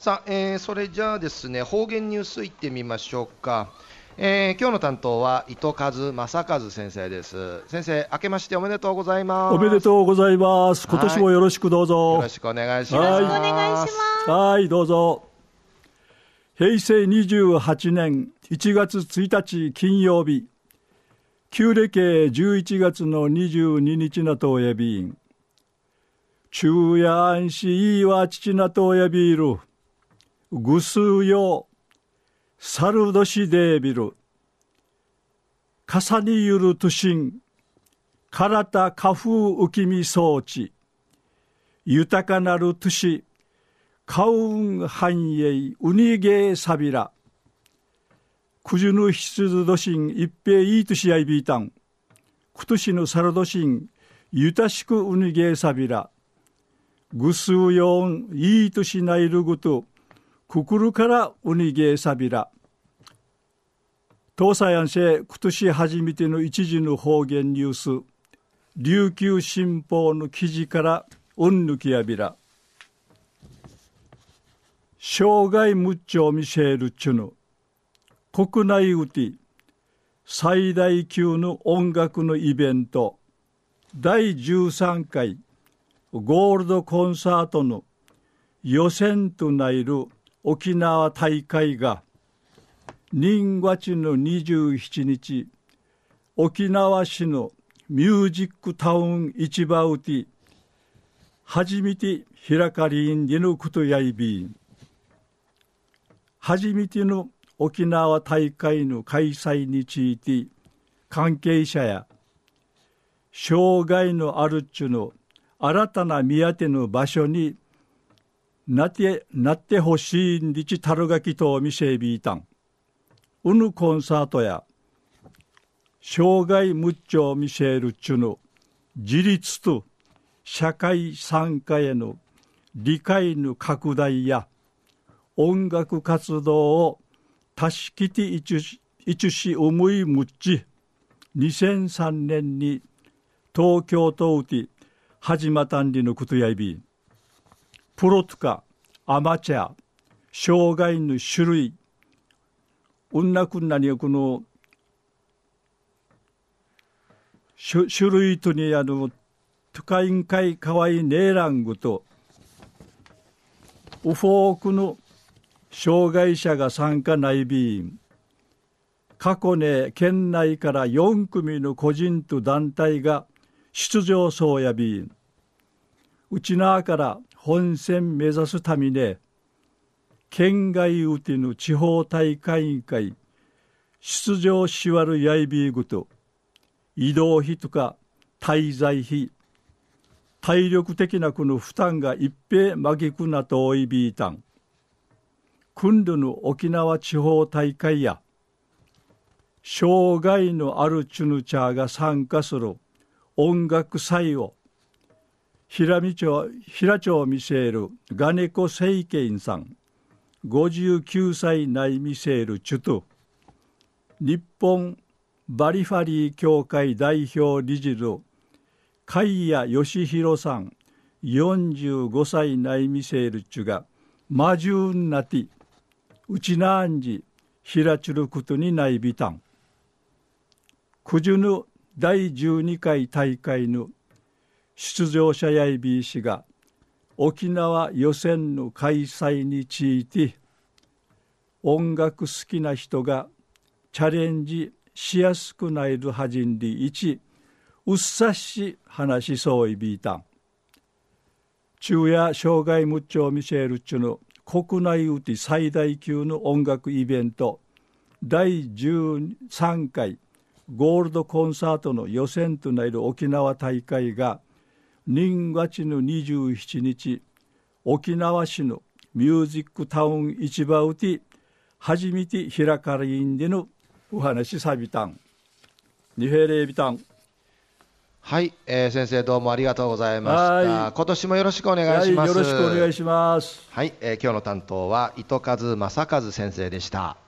さあ、それじゃあですね、方言ニュースいってみましょうか。今日の担当は糸数正和先生です。先生、明けましておめでとうございます。 おめでとうございます。今年もよろしくどうぞ。 よろしくお願いします。 よろしくお願いします。 はい、どうぞ。平成28年1月1日金曜日、旧暦11月の22日なとやびん、昼夜安しいは父なとやびる、ぐすうよ、さるどしでびる、かさにゆるとしん、からたかふううきみ装置、豊かなるとし、かうん繁栄うにげさびら、くじゅぬひつずどしん一平いいとしやいびいたん、くとしぬさるどしん、ゆたしくうにげさびら、ぐすうよんいいとしないるぐと、くくるからうにげさびら。東西安市今年初めての一時の方言ニュース、琉球新報の記事からうんぬきやびら。生涯むっちょみせるちゅぬ、国内うて最大級の音楽のイベント、第13回ゴールドコンサートの予選となる沖縄大会が2月の27日、沖縄市のミュージックタウン市場うて初めて開かれんでのことやいびん。初めての沖縄大会の開催について関係者や障害のあるっちゅの新たな見当ての場所になってほしいんでちたるがきとみせびいたん。うぬコンサートや障害むっちょみせるっちゅの自立と社会参加への理解の拡大や音楽活動をたしきていちし思いむっち2003年に東京都うて始まったんりのことやいびプロとかアマチュア障害の種類うんなくんなにこの種類とにトカインカイかわいいネーラングとウフォークの障害者が参加ないびん、過去ね県内から4組の個人と団体が出場そうやびん、うちなから本選目指すためね県外うての地方大会委員会出場しわるやいびいぐと移動費とか滞在費体力的なこの負担が一平まぎくなとおいびいたん。今度の沖縄地方大会や障害のあるチュヌチャーが参加する音楽祭を平町見せるガネコ政権さん59歳内見せるチュト日本バリファリー協会代表理事の貝谷義弘さん45歳内見せるチュがマジュンナティうちなんじひらちゅることにないびたん。くじゅぬ第12回大会の出場者やいびいしが沖縄予選の開催について音楽好きな人がチャレンジしやすくないるはじんりいちうっさし話しそういびいたん。昼夜障害むっちょを見せるっちゅの国内うて最大級の音楽イベント第13回ゴールドコンサートの予選となる沖縄大会が2月の27日沖縄市のミュージックタウン市場うて初めて開かれんでのお話さびたんにへれびたん。 はい、先生どうもありがとうございました。今年もよろしくお願いします。 よろしくお願いします。 はい、今日の担当は糸数正和先生でした。